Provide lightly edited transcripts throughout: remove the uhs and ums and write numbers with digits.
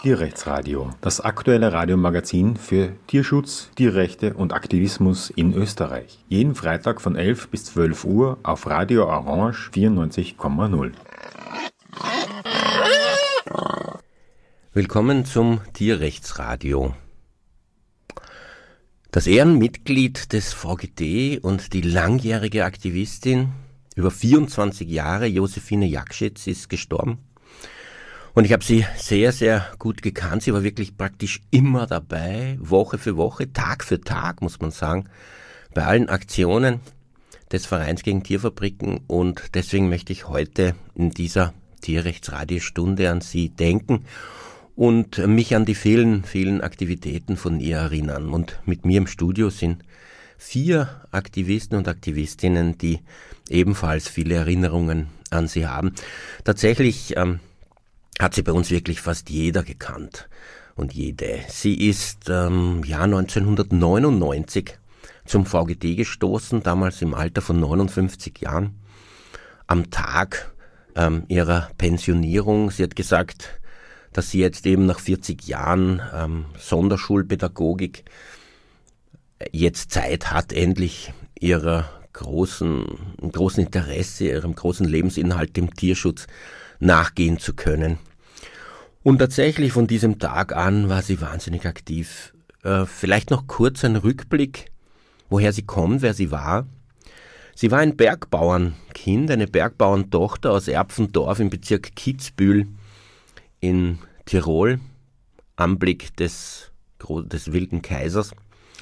Tierrechtsradio, das aktuelle Radiomagazin für Tierschutz, Tierrechte und Aktivismus in Österreich. Jeden Freitag von 11 bis 12 Uhr auf Radio Orange 94,0. Willkommen zum Tierrechtsradio. Das Ehrenmitglied des VGT und die langjährige Aktivistin über 24 Jahre, Josephine Jakschitz, ist gestorben. Und ich habe sie sehr, sehr gut gekannt. Sie war wirklich praktisch immer dabei, Woche für Woche, Tag für Tag, muss man sagen, bei allen Aktionen des Vereins gegen Tierfabriken. Und deswegen möchte ich heute in dieser Tierrechtsradiostunde an sie denken und mich an die vielen, vielen Aktivitäten von ihr erinnern. Und mit mir im Studio sind 4 Aktivisten und Aktivistinnen, die ebenfalls viele Erinnerungen an sie haben. Tatsächlich hat sie bei uns wirklich fast jeder gekannt und jede. Sie ist Jahr 1999 zum VGT gestoßen, damals im Alter von 59 Jahren, am Tag ihrer Pensionierung. Sie hat gesagt, dass sie jetzt eben nach 40 Jahren Sonderschulpädagogik jetzt Zeit hat, endlich ihrem großen Interesse, ihrem großen Lebensinhalt, dem Tierschutz, nachgehen zu können. Und tatsächlich von diesem Tag an war sie wahnsinnig aktiv. Vielleicht noch kurz ein Rückblick, woher sie kommt, wer sie war. Sie war ein Bergbauernkind, eine Bergbauerntochter aus Erpfendorf im Bezirk Kitzbühel in Tirol, Anblick des wilden Kaisers.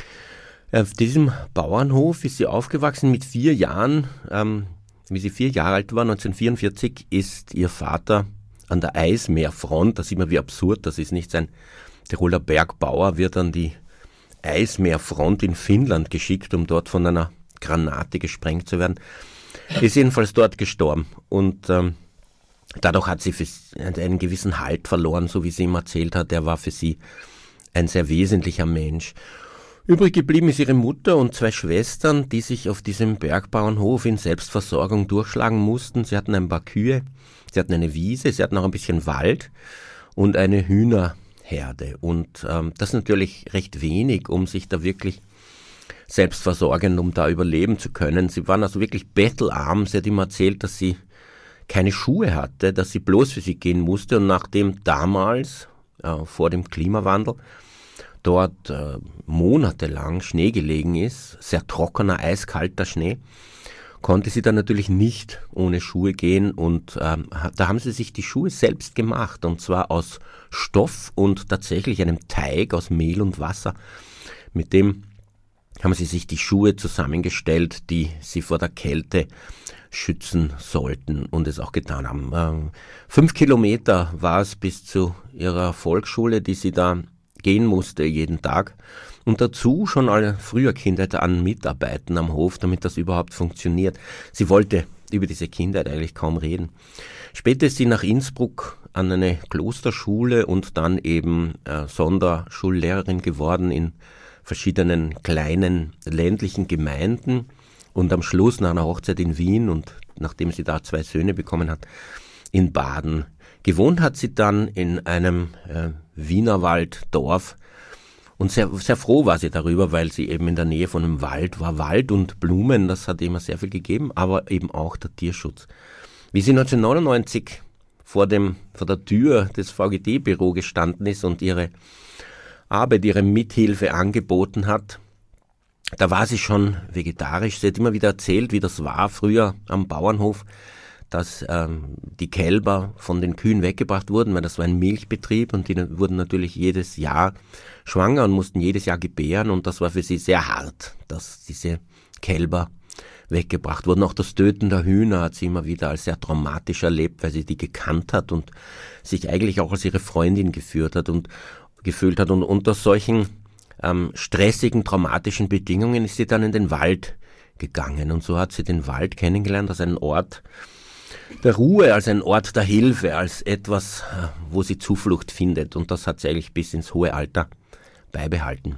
Auf diesem Bauernhof ist sie aufgewachsen mit 4 Jahren. Wie sie 4 Jahre alt war, 1944, ist ihr Vater an der Eismeerfront, da sieht man, wie absurd das ist, nicht sein Tiroler Bergbauer, wird an die Eismeerfront in Finnland geschickt, um dort von einer Granate gesprengt zu werden. Ist jedenfalls dort gestorben und dadurch hat sie einen gewissen Halt verloren, so wie sie ihm erzählt hat. Er war für sie ein sehr wesentlicher Mensch. Übrig geblieben ist ihre Mutter und 2 Schwestern, die sich auf diesem Bergbauernhof in Selbstversorgung durchschlagen mussten. Sie hatten ein paar Kühe, sie hatten eine Wiese, sie hatten auch ein bisschen Wald und eine Hühnerherde. Und das ist natürlich recht wenig, um sich da wirklich selbst versorgen, um da überleben zu können. Sie waren also wirklich bettelarm. Sie hat ihm erzählt, dass sie keine Schuhe hatte, dass sie bloß für sie gehen musste. Und nachdem damals, vor dem Klimawandel, dort monatelang Schnee gelegen ist, sehr trockener, eiskalter Schnee, konnte sie dann natürlich nicht ohne Schuhe gehen und da haben sie sich die Schuhe selbst gemacht und zwar aus Stoff und tatsächlich einem Teig aus Mehl und Wasser. Mit dem haben sie sich die Schuhe zusammengestellt, die sie vor der Kälte schützen sollten und es auch getan haben. 5 Kilometer war es bis zu ihrer Volksschule, die sie da gehen musste jeden Tag und dazu schon alle früher Kindheit an mitarbeiten am Hof, damit das überhaupt funktioniert. Sie wollte über diese Kindheit eigentlich kaum reden. Später ist sie nach Innsbruck an eine Klosterschule und dann eben Sonderschullehrerin geworden in verschiedenen kleinen ländlichen Gemeinden und am Schluss nach einer Hochzeit in Wien und nachdem sie da 2 Söhne bekommen hat, in Baden. Gewohnt hat sie dann in einem Wienerwalddorf und sehr, sehr froh war sie darüber, weil sie eben in der Nähe von einem Wald war. Wald und Blumen, das hat immer sehr viel gegeben, aber eben auch der Tierschutz. Wie sie 1999 vor der Tür des VGT-Büro gestanden ist und ihre Arbeit, ihre Mithilfe angeboten hat, da war sie schon vegetarisch. Sie hat immer wieder erzählt, wie das war früher am Bauernhof, dass die Kälber von den Kühen weggebracht wurden, weil das war ein Milchbetrieb und die wurden natürlich jedes Jahr schwanger und mussten jedes Jahr gebären und das war für sie sehr hart, dass diese Kälber weggebracht wurden. Auch das Töten der Hühner hat sie immer wieder als sehr traumatisch erlebt, weil sie die gekannt hat und sich eigentlich auch als ihre Freundin gefühlt hat und unter solchen stressigen, traumatischen Bedingungen ist sie dann in den Wald gegangen und so hat sie den Wald kennengelernt als einen Ort der Ruhe, als ein Ort der Hilfe, als etwas, wo sie Zuflucht findet und das hat sie eigentlich bis ins hohe Alter beibehalten.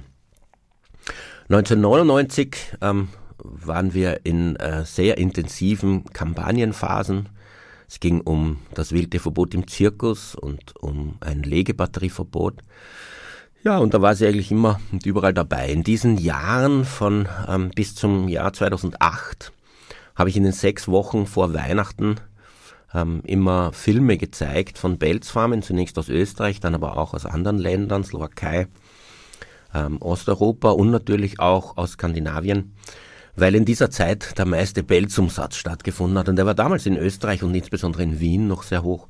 1999 waren wir in sehr intensiven Kampagnenphasen. Es ging um das Wildtierverbot im Zirkus und um ein Legebatterieverbot. Ja, und da war sie eigentlich immer und überall dabei. In diesen Jahren von bis zum Jahr 2008 habe ich in den 6 Wochen vor Weihnachten immer Filme gezeigt von Pelzfarmen, zunächst aus Österreich, dann aber auch aus anderen Ländern, Slowakei, Osteuropa und natürlich auch aus Skandinavien, weil in dieser Zeit der meiste Pelzumsatz stattgefunden hat und der war damals in Österreich und insbesondere in Wien noch sehr hoch.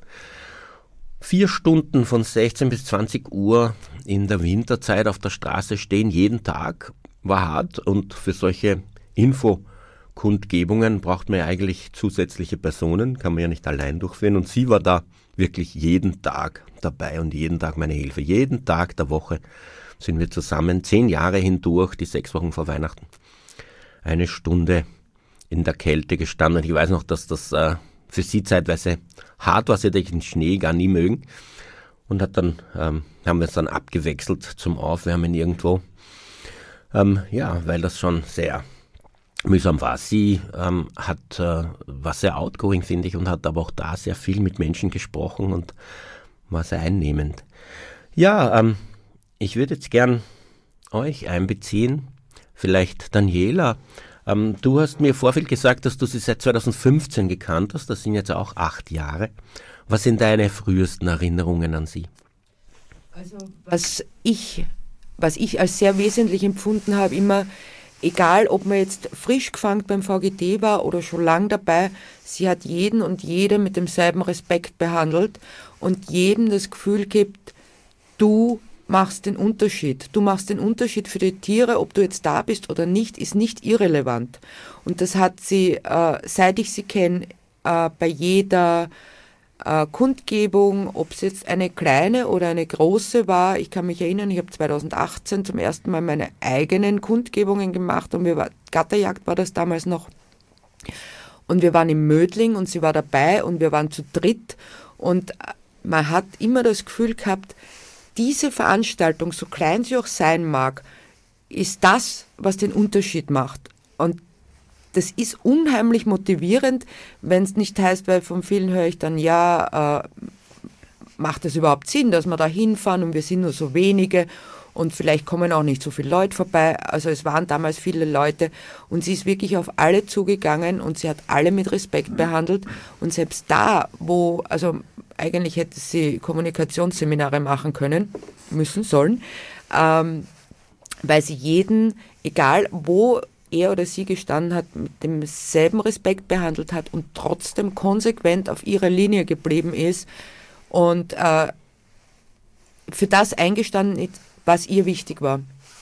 4 Stunden von 16 bis 20 Uhr in der Winterzeit auf der Straße stehen jeden Tag war hart und für solche Infokundgebungen braucht man ja eigentlich zusätzliche Personen, kann man ja nicht allein durchführen und sie war da wirklich jeden Tag dabei und jeden Tag meine Hilfe. Jeden Tag der Woche sind wir zusammen 10 Jahre hindurch, die 6 Wochen vor Weihnachten, 1 Stunde in der Kälte gestanden. Ich weiß noch, dass das für sie zeitweise hart war, sie hätte den Schnee gar nie mögen. Und haben wir es dann abgewechselt zum Aufwärmen irgendwo. Weil das schon sehr mühsam war. Sie war sehr outgoing, finde ich, und hat aber auch da sehr viel mit Menschen gesprochen und war sehr einnehmend. Ja, ich würde jetzt gern euch einbeziehen, vielleicht Daniela. Du hast mir im Vorfeld gesagt, dass du sie seit 2015 gekannt hast. Das sind jetzt auch 8 Jahre. Was sind deine frühesten Erinnerungen an sie? Also was ich als sehr wesentlich empfunden habe, immer, egal ob man jetzt frisch gefangen beim VGT war oder schon lang dabei, sie hat jeden und jede mit demselben Respekt behandelt und jedem das Gefühl gibt, du machst den Unterschied. Du machst den Unterschied für die Tiere, ob du jetzt da bist oder nicht, ist nicht irrelevant. Und das hat sie, seit ich sie kenne, bei jeder Kundgebung, ob es jetzt eine kleine oder eine große war. Ich kann mich erinnern, ich habe 2018 zum ersten Mal meine eigenen Kundgebungen gemacht und Gatterjagd war das damals noch. Und wir waren im Mödling und sie war dabei und wir waren zu dritt und man hat immer das Gefühl gehabt, diese Veranstaltung, so klein sie auch sein mag, ist das, was den Unterschied macht. Und das ist unheimlich motivierend, wenn es nicht heißt, weil von vielen höre ich dann, macht es überhaupt Sinn, dass wir da hinfahren und wir sind nur so wenige und vielleicht kommen auch nicht so viele Leute vorbei. Also es waren damals viele Leute und sie ist wirklich auf alle zugegangen und sie hat alle mit Respekt behandelt und selbst da, eigentlich hätte sie Kommunikationsseminare machen sollen, weil sie jeden, egal wo er oder sie gestanden hat, mit demselben Respekt behandelt hat und trotzdem konsequent auf ihrer Linie geblieben ist und für das eingestanden ist, was ihr wichtig war.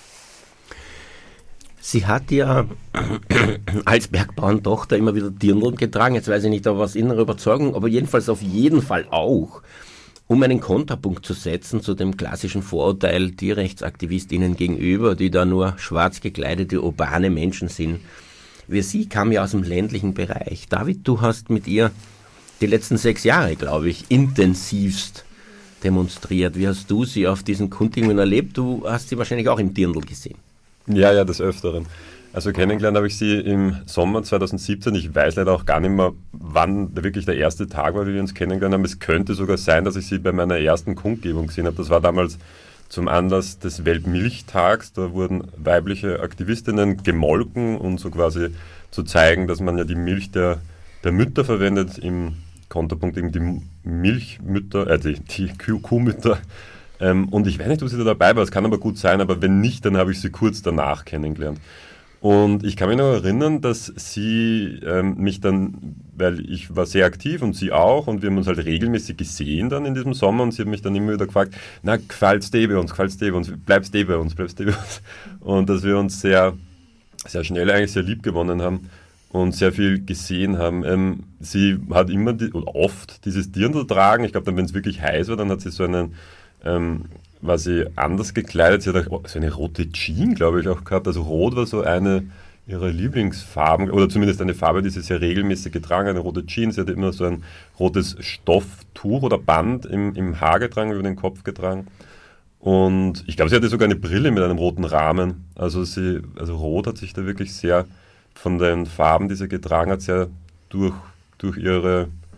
Sie hat ja als Bergbauerntochter immer wieder Dirndl getragen. Jetzt weiß ich nicht, ob aus innerer Überzeugung, aber jedenfalls auf jeden Fall auch, um einen Kontrapunkt zu setzen zu dem klassischen Vorurteil Tierrechtsaktivistinnen gegenüber, die da nur schwarz gekleidete urbane Menschen sind. Sie kam ja aus dem ländlichen Bereich. David, du hast mit ihr die letzten 6 Jahre, glaube ich, intensivst demonstriert. Wie hast du sie auf diesen Kundgebungen erlebt? Du hast sie wahrscheinlich auch im Dirndl gesehen. Ja, des Öfteren. Also kennengelernt habe ich sie im Sommer 2017. Ich weiß leider auch gar nicht mehr, wann wirklich der erste Tag war, wie wir uns kennengelernt haben. Es könnte sogar sein, dass ich sie bei meiner ersten Kundgebung gesehen habe. Das war damals zum Anlass des Weltmilchtags. Da wurden weibliche Aktivistinnen gemolken, um so quasi zu zeigen, dass man ja die Milch der Mütter verwendet, im Konterpunkt eben die Milchmütter, die Kuhmütter. Und ich weiß nicht, ob sie da dabei war, es kann aber gut sein, aber wenn nicht, dann habe ich sie kurz danach kennengelernt. Und ich kann mich noch erinnern, dass sie mich dann, weil ich war sehr aktiv und sie auch und wir haben uns halt regelmäßig gesehen dann in diesem Sommer und sie hat mich dann immer wieder gefragt, na, gefällt's dir bei uns, bleibst du bei uns. Und dass wir uns sehr, sehr schnell eigentlich sehr lieb gewonnen haben und sehr viel gesehen haben. Sie hat immer oft dieses Dirndl tragen, ich glaube dann, wenn es wirklich heiß war, dann hat sie so einen war sie anders gekleidet. Sie hat auch so eine rote Jeans, glaube ich, auch gehabt. Also rot war so eine ihrer Lieblingsfarben, oder zumindest eine Farbe, die sie sehr regelmäßig getragen hat, eine rote Jeans. Sie hat immer so ein rotes Stofftuch oder Band im Haar getragen, über den Kopf getragen. Und ich glaube, sie hatte sogar eine Brille mit einem roten Rahmen. Also rot hat sich da wirklich sehr von den Farben, die sie getragen hat, sehr durch ihre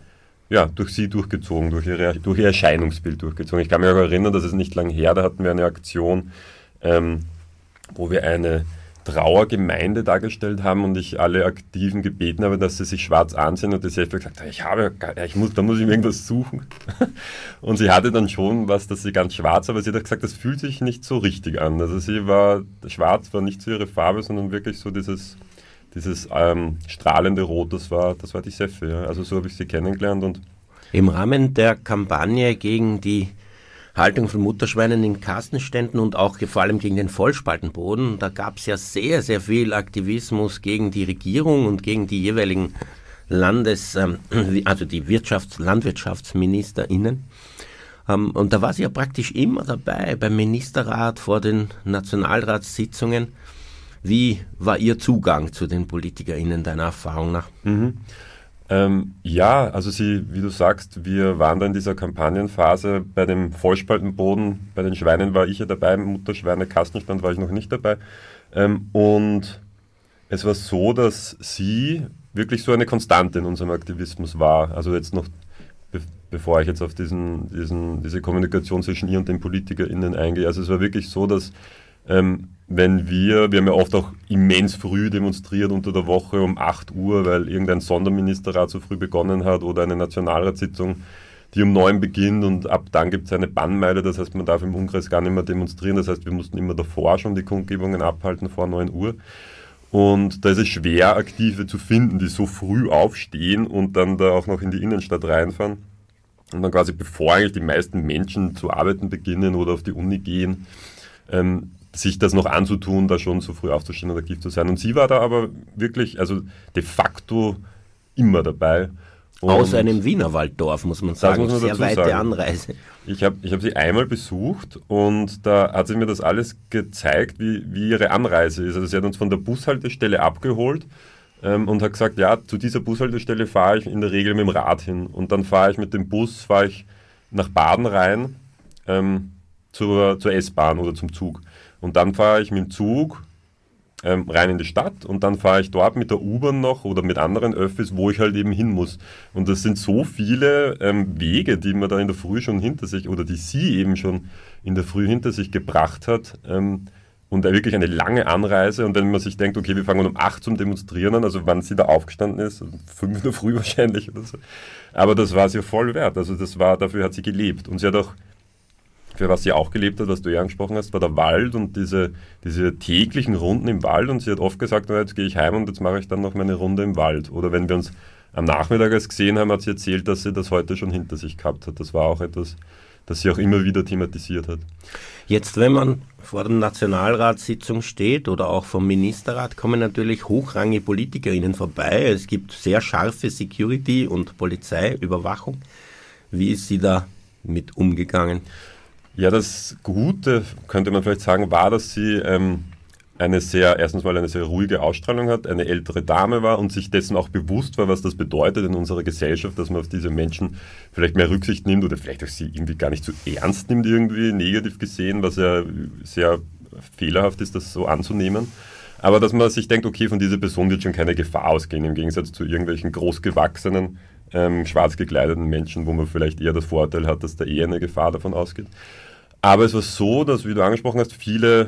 durch sie durchgezogen, durch ihr Erscheinungsbild durchgezogen. Ich kann mich auch erinnern, dass es nicht lang her, da hatten wir eine Aktion, wo wir eine Trauergemeinde dargestellt haben und ich alle Aktiven gebeten habe, dass sie sich schwarz ansehen und die selber gesagt hat, da muss ich irgendwas suchen. Und sie hatte dann schon was, dass sie ganz schwarz, aber sie hat gesagt, das fühlt sich nicht so richtig an. Also schwarz war nicht so ihre Farbe, sondern wirklich so dieses strahlende Rot, das war die Seffe. Ja. Also so habe ich sie kennengelernt. Und im Rahmen der Kampagne gegen die Haltung von Mutterschweinen in Kastenständen und auch vor allem gegen den Vollspaltenboden. Da gab es ja sehr, sehr viel Aktivismus gegen die Regierung und gegen die jeweiligen also die LandwirtschaftsministerInnen. Und da war sie ja praktisch immer dabei beim Ministerrat, vor den Nationalratssitzungen. Wie war Ihr Zugang zu den PolitikerInnen deiner Erfahrung nach? Also wie du sagst, wir waren da in dieser Kampagnenphase bei dem Vollspaltenboden, bei den Schweinen war ich ja dabei, Mutterschweine, Kastenstand war ich noch nicht dabei. Und es war so, dass sie wirklich so eine Konstante in unserem Aktivismus war. Also jetzt noch, bevor ich jetzt auf diese Kommunikation zwischen ihr und den PolitikerInnen eingehe. Also es war wirklich so, dass wenn wir haben ja oft auch immens früh demonstriert unter der Woche um 8 Uhr, weil irgendein Sonderministerrat so früh begonnen hat oder eine Nationalratssitzung, die um 9 beginnt und ab dann gibt es eine Bannmeile, das heißt, man darf im Umkreis gar nicht mehr demonstrieren, das heißt, wir mussten immer davor schon die Kundgebungen abhalten vor 9 Uhr. Und da ist es schwer, Aktive zu finden, die so früh aufstehen und dann da auch noch in die Innenstadt reinfahren und dann quasi bevor eigentlich die meisten Menschen zu arbeiten beginnen oder auf die Uni gehen, sich das noch anzutun, da schon so früh aufzustehen und aktiv zu sein. Und sie war da aber wirklich, also de facto immer dabei. Und aus einem Wienerwalddorf, muss man sagen, sehr weite Anreise. Ich hab sie einmal besucht und da hat sie mir das alles gezeigt, wie ihre Anreise ist. Also sie hat uns von der Bushaltestelle abgeholt und hat gesagt, ja, zu dieser Bushaltestelle fahre ich in der Regel mit dem Rad hin. Und dann fahre ich mit dem Bus, nach Baden rein, zur S-Bahn oder zum Zug. Und dann fahre ich mit dem Zug rein in die Stadt und dann fahre ich dort mit der U-Bahn noch oder mit anderen Öffis, wo ich halt eben hin muss. Und das sind so viele Wege, die man da in der Früh schon hinter sich oder die sie eben schon in der Früh hinter sich gebracht hat. Und wirklich eine lange Anreise. Und wenn man sich denkt, okay, wir fangen um 8 zum Demonstrieren an, also wann sie da aufgestanden ist, 5 in der Früh wahrscheinlich oder so. Aber das war es ihr voll wert. Also dafür hat sie gelebt. Und sie hat auch, für was sie auch gelebt hat, was du ja angesprochen hast, war der Wald und diese täglichen Runden im Wald. Und sie hat oft gesagt, jetzt gehe ich heim und jetzt mache ich dann noch meine Runde im Wald. Oder wenn wir uns am Nachmittag erst gesehen haben, hat sie erzählt, dass sie das heute schon hinter sich gehabt hat. Das war auch etwas, das sie auch immer wieder thematisiert hat. Jetzt, wenn man vor der Nationalratssitzung steht oder auch vom Ministerrat, kommen natürlich hochrangige PolitikerInnen vorbei. Es gibt sehr scharfe Security- und Polizeiüberwachung. Wie ist sie da mit umgegangen? Ja, das Gute, könnte man vielleicht sagen, war, dass sie erstens mal eine sehr ruhige Ausstrahlung hat, eine ältere Dame war und sich dessen auch bewusst war, was das bedeutet in unserer Gesellschaft, dass man auf diese Menschen vielleicht mehr Rücksicht nimmt oder vielleicht auch sie irgendwie gar nicht so ernst nimmt, irgendwie negativ gesehen, was ja sehr fehlerhaft ist, das so anzunehmen. Aber dass man sich denkt, okay, von dieser Person wird schon keine Gefahr ausgehen, im Gegensatz zu irgendwelchen großgewachsenen, schwarz gekleideten Menschen, wo man vielleicht eher das Vorteil hat, dass da eher eine Gefahr davon ausgeht. Aber es war so, dass, wie du angesprochen hast, viele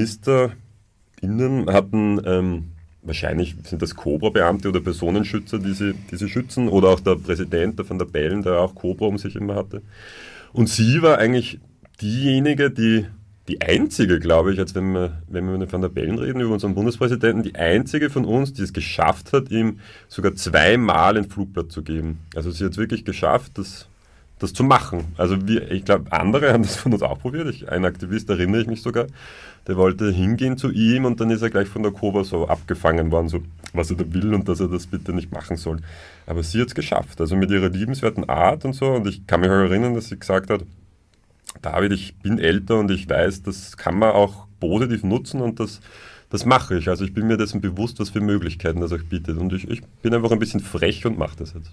MinisterInnen hatten, wahrscheinlich sind das Cobra-Beamte oder Personenschützer, die sie schützen, oder auch der Präsident, der Van der Bellen, der auch Cobra um sich immer hatte. Und sie war eigentlich diejenige, die einzige, glaube ich, jetzt wenn wir mit Van der Bellen reden, über unseren Bundespräsidenten, die einzige von uns, die es geschafft hat, ihm sogar 2-mal ein Flugblatt zu geben. Also sie hat es wirklich geschafft, das zu machen. Also ich glaube, andere haben das von uns auch probiert. Ein Aktivist, erinnere ich mich sogar, der wollte hingehen zu ihm und dann ist er gleich von der Cobra so abgefangen worden, so was er da will und dass er das bitte nicht machen soll. Aber sie hat es geschafft, also mit ihrer liebenswerten Art und so. Und ich kann mich auch erinnern, dass sie gesagt hat, David, ich bin älter und ich weiß, das kann man auch positiv nutzen und das mache ich. Also ich bin mir dessen bewusst, was für Möglichkeiten das auch bietet. Und ich bin einfach ein bisschen frech und mache das jetzt.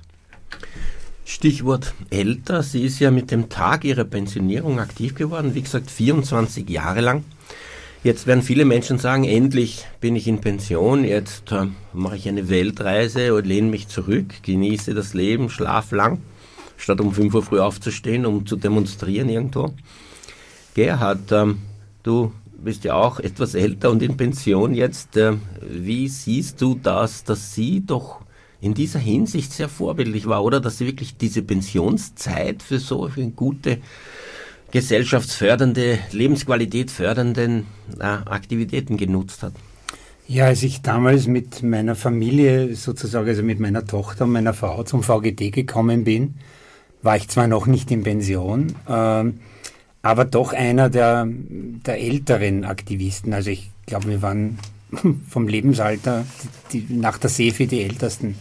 Stichwort älter. Sie ist ja mit dem Tag ihrer Pensionierung aktiv geworden, wie gesagt 24 Jahre lang. Jetzt werden viele Menschen sagen, endlich bin ich in Pension, jetzt mache ich eine Weltreise und lehne mich zurück, genieße das Leben, schlaf lang. statt um 5 Uhr früh aufzustehen, um zu demonstrieren irgendwo. Gerhard, du bist ja auch etwas älter und in Pension jetzt. Wie siehst du das, dass sie doch in dieser Hinsicht sehr vorbildlich war, oder dass sie wirklich diese Pensionszeit für so eine gute, gesellschaftsfördernde, Lebensqualität fördernden Aktivitäten genutzt hat? Ja, als ich damals mit meiner Familie sozusagen, also mit meiner Tochter und meiner Frau zum VGT gekommen bin, war ich zwar noch nicht in Pension, aber doch einer der älteren Aktivisten. Also ich glaube, wir waren vom Lebensalter nach der SEFI die Ältesten.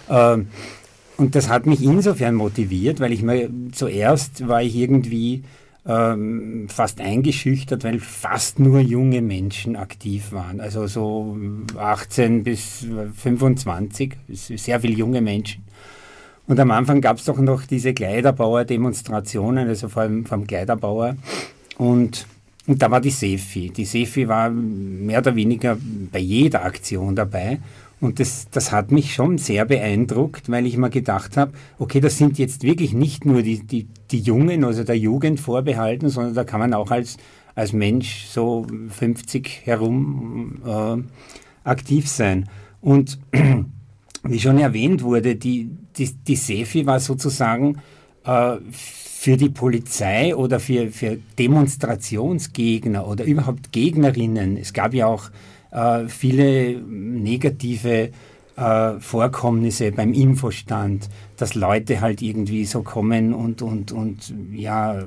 Und das hat mich insofern motiviert, weil zuerst war ich irgendwie fast eingeschüchtert, weil fast nur junge Menschen aktiv waren. Also so 18 bis 25, sehr viele junge Menschen. Und am Anfang gab es doch noch diese Kleiderbauer-Demonstrationen, also vor allem vom Kleiderbauer. Und da war die SEFI. Die SEFI war mehr oder weniger bei jeder Aktion dabei. Und das hat mich schon sehr beeindruckt, weil ich mir gedacht habe, okay, das sind jetzt wirklich nicht nur die Jungen, also der Jugend vorbehalten, sondern da kann man auch als Mensch so 50 herum aktiv sein. Und wie schon erwähnt wurde, die SEFI war sozusagen für die Polizei oder für Demonstrationsgegner oder überhaupt Gegnerinnen. Es gab ja auch viele negative Vorkommnisse beim Infostand, dass Leute halt irgendwie so kommen und ja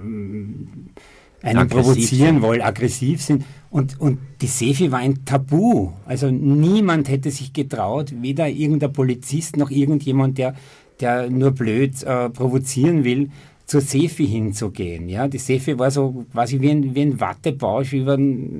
einen provozieren wollen, aggressiv sind. Und die SEFI war ein Tabu. Also niemand hätte sich getraut, weder irgendein Polizist noch irgendjemand, der nur blöd provozieren will, zur SEFI hinzugehen. Ja, die SEFI war so quasi wie ein Wattebausch über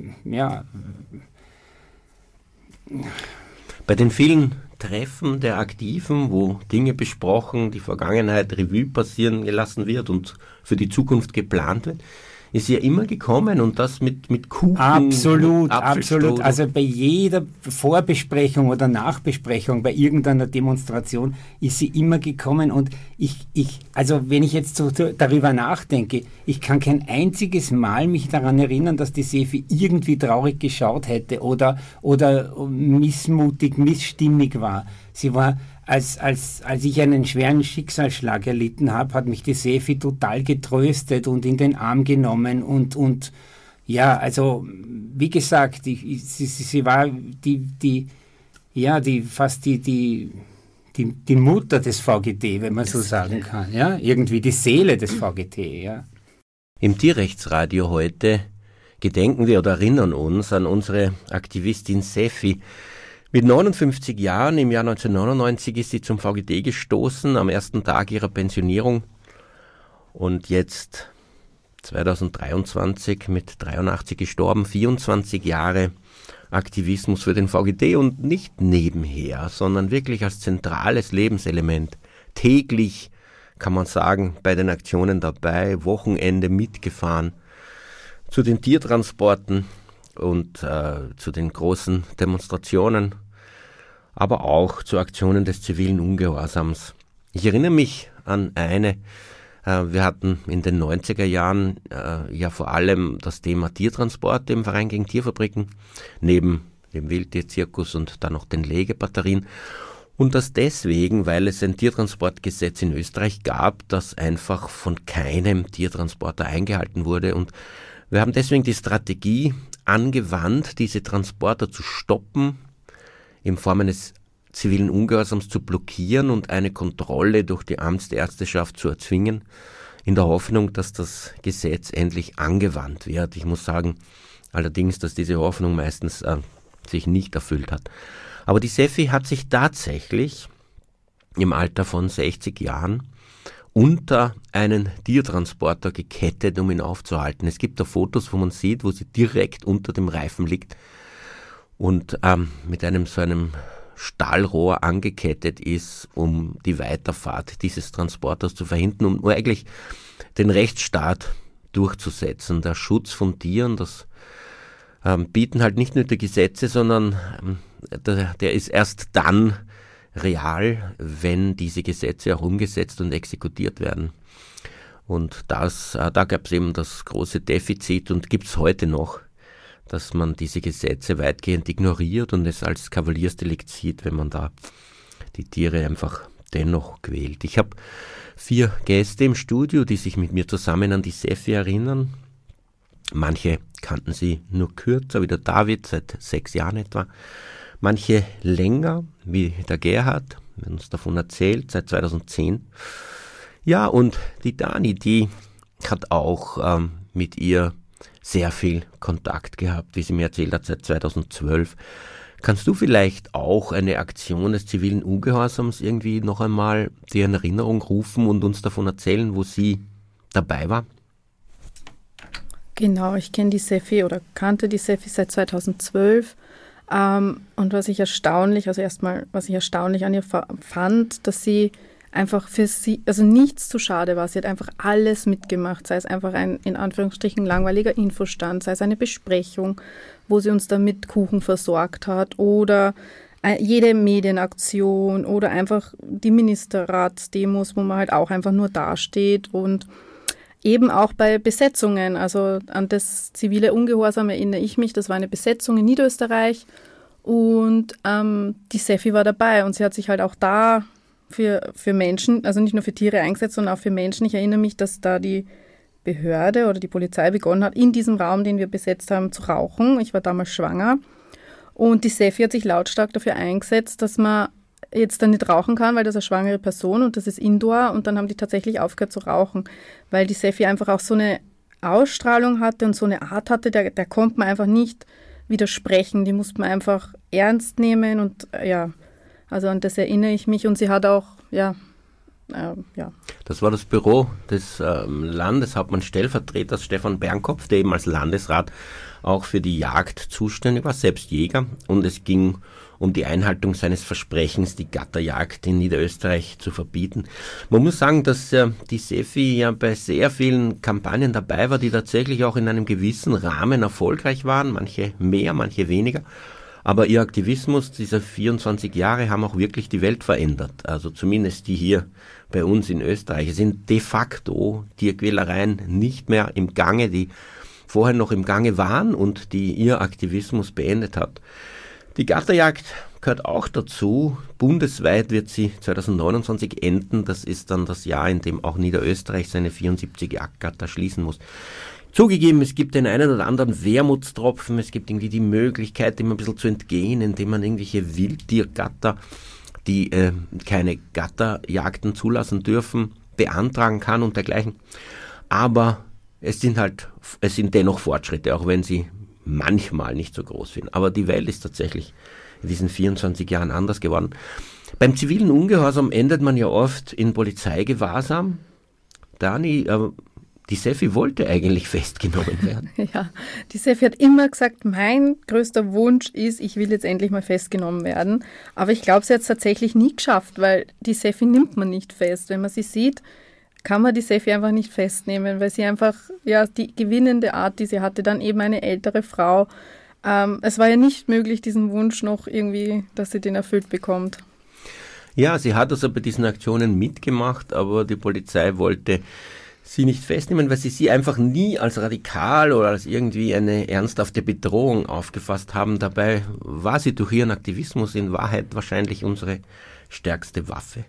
Bei den vielen Treffen der Aktiven, wo Dinge besprochen, die Vergangenheit Revue passieren gelassen wird und für die Zukunft geplant wird, ist sie ja immer gekommen und das mit Kuchen. Absolut. Also bei jeder Vorbesprechung oder Nachbesprechung, bei irgendeiner Demonstration ist sie immer gekommen und also wenn ich jetzt so darüber nachdenke, ich kann kein einziges Mal mich daran erinnern, dass die SEFI irgendwie traurig geschaut hätte oder missmutig, missstimmig war. Sie war, als ich einen schweren Schicksalsschlag erlitten habe, hat mich die SEFI total getröstet und in den Arm genommen und ja, also wie gesagt, sie war fast die Mutter des VGT, wenn man so sagen kann, ja, irgendwie die Seele des VGT, ja. Im Tierrechtsradio heute gedenken wir oder erinnern uns an unsere Aktivistin Sefi. Mit 59 Jahren, im Jahr 1999, ist sie zum VGT gestoßen, am ersten Tag ihrer Pensionierung. Und jetzt, 2023, mit 83 gestorben, 24 Jahre Aktivismus für den VGT und nicht nebenher, sondern wirklich als zentrales Lebenselement. Täglich, kann man sagen, bei den Aktionen dabei, Wochenende mitgefahren, zu den Tiertransporten und zu den großen Demonstrationen, aber auch zu Aktionen des zivilen Ungehorsams. Ich erinnere mich an eine, wir hatten in den 90er Jahren ja vor allem das Thema Tiertransport im Verein gegen Tierfabriken, neben dem Wildtierzirkus und dann noch den Legebatterien. Und das deswegen, weil es ein Tiertransportgesetz in Österreich gab, das einfach von keinem Tiertransporter eingehalten wurde. Und wir haben deswegen die Strategie angewandt, diese Transporter zu stoppen, in Form eines zivilen Ungehorsams zu blockieren und eine Kontrolle durch die Amtsärzteschaft zu erzwingen, in der Hoffnung, dass das Gesetz endlich angewandt wird. Ich muss sagen, allerdings, dass diese Hoffnung meistens sich nicht erfüllt hat. Aber die SEFI hat sich tatsächlich im Alter von 60 Jahren unter einen Tiertransporter gekettet, um ihn aufzuhalten. Es gibt da Fotos, wo man sieht, wo sie direkt unter dem Reifen liegt und mit einem so einem Stahlrohr angekettet ist, um die Weiterfahrt dieses Transporters zu verhindern, um eigentlich den Rechtsstaat durchzusetzen. Der Schutz von Tieren, das bieten halt nicht nur die Gesetze, sondern der ist erst dann real, wenn diese Gesetze auch umgesetzt und exekutiert werden. Und da gab es eben das große Defizit und gibt es heute noch, dass man diese Gesetze weitgehend ignoriert und es als Kavaliersdelikt sieht, wenn man da die Tiere einfach dennoch quält. Ich habe 4 Gäste im Studio, die sich mit mir zusammen an die Seffi erinnern. Manche kannten sie nur kürzer, wie der David, seit 6 Jahren etwa. Manche länger, wie der Gerhard, der uns davon erzählt, seit 2010. Ja, und die Dani, die hat auch mit ihr sehr viel Kontakt gehabt, wie sie mir erzählt hat, seit 2012. Kannst du vielleicht auch eine Aktion des zivilen Ungehorsams irgendwie noch einmal dir in Erinnerung rufen und uns davon erzählen, wo sie dabei war? Genau, ich kenne die Seffi oder kannte die Seffi seit 2012. Und was ich erstaunlich an ihr fand, dass sie einfach für sie, also nichts zu schade war. Sie hat einfach alles mitgemacht, sei es einfach ein, in Anführungsstrichen, langweiliger Infostand, sei es eine Besprechung, wo sie uns dann mit Kuchen versorgt hat oder jede Medienaktion oder einfach die Ministerratsdemos, wo man halt auch einfach nur dasteht und eben auch bei Besetzungen, also an das zivile Ungehorsam erinnere ich mich, das war eine Besetzung in Niederösterreich und die Seffi war dabei und sie hat sich halt auch da für Menschen, also nicht nur für Tiere eingesetzt, sondern auch für Menschen. Ich erinnere mich, dass da die Behörde oder die Polizei begonnen hat, in diesem Raum, den wir besetzt haben, zu rauchen. Ich war damals schwanger und die Seffi hat sich lautstark dafür eingesetzt, dass man jetzt dann nicht rauchen kann, weil das eine schwangere Person und das ist Indoor und dann haben die tatsächlich aufgehört zu rauchen, weil die Seffi einfach auch so eine Ausstrahlung hatte und so eine Art hatte, der konnte man einfach nicht widersprechen, die musste man einfach ernst nehmen und ja, also an das erinnere ich mich und sie hat auch, ja. Das war das Büro des Landeshauptmanns Stellvertreters Stefan Bernkopf, der eben als Landesrat auch für die Jagd zuständig war, selbst Jäger. Und es ging um die Einhaltung seines Versprechens, die Gatterjagd in Niederösterreich zu verbieten. Man muss sagen, dass die Seffi ja bei sehr vielen Kampagnen dabei war, die tatsächlich auch in einem gewissen Rahmen erfolgreich waren, manche mehr, manche weniger. Aber ihr Aktivismus dieser 24 Jahre haben auch wirklich die Welt verändert. Also zumindest die hier bei uns in Österreich. Es sind de facto Tierquälereien nicht mehr im Gange, die vorher noch im Gange waren und die ihr Aktivismus beendet hat. Die Gatterjagd gehört auch dazu. Bundesweit wird sie 2029 enden. Das ist dann das Jahr, in dem auch Niederösterreich seine 74 Jagdgatter schließen muss. Zugegeben, es gibt den einen oder anderen Wermutstropfen, es gibt irgendwie die Möglichkeit, dem ein bisschen zu entgehen, indem man irgendwelche Wildtiergatter, die keine Gatterjagden zulassen dürfen, beantragen kann und dergleichen. Aber es sind dennoch Fortschritte, auch wenn sie manchmal nicht so groß sind. Aber die Welt ist tatsächlich in diesen 24 Jahren anders geworden. Beim zivilen Ungehorsam endet man ja oft in Polizeigewahrsam. Dani, die Seffi wollte eigentlich festgenommen werden. Ja, die Seffi hat immer gesagt, mein größter Wunsch ist, ich will jetzt endlich mal festgenommen werden. Aber ich glaube, sie hat es tatsächlich nie geschafft, weil die Seffi nimmt man nicht fest. Wenn man sie sieht, kann man die Seffi einfach nicht festnehmen, weil sie einfach, ja, die gewinnende Art, die sie hatte, dann eben eine ältere Frau. Es war ja nicht möglich, diesen Wunsch noch irgendwie, dass sie den erfüllt bekommt. Ja, sie hat also bei diesen Aktionen mitgemacht, aber die Polizei wollte sie nicht festnehmen, weil sie einfach nie als radikal oder als irgendwie eine ernsthafte Bedrohung aufgefasst haben. Dabei war sie durch ihren Aktivismus in Wahrheit wahrscheinlich unsere stärkste Waffe.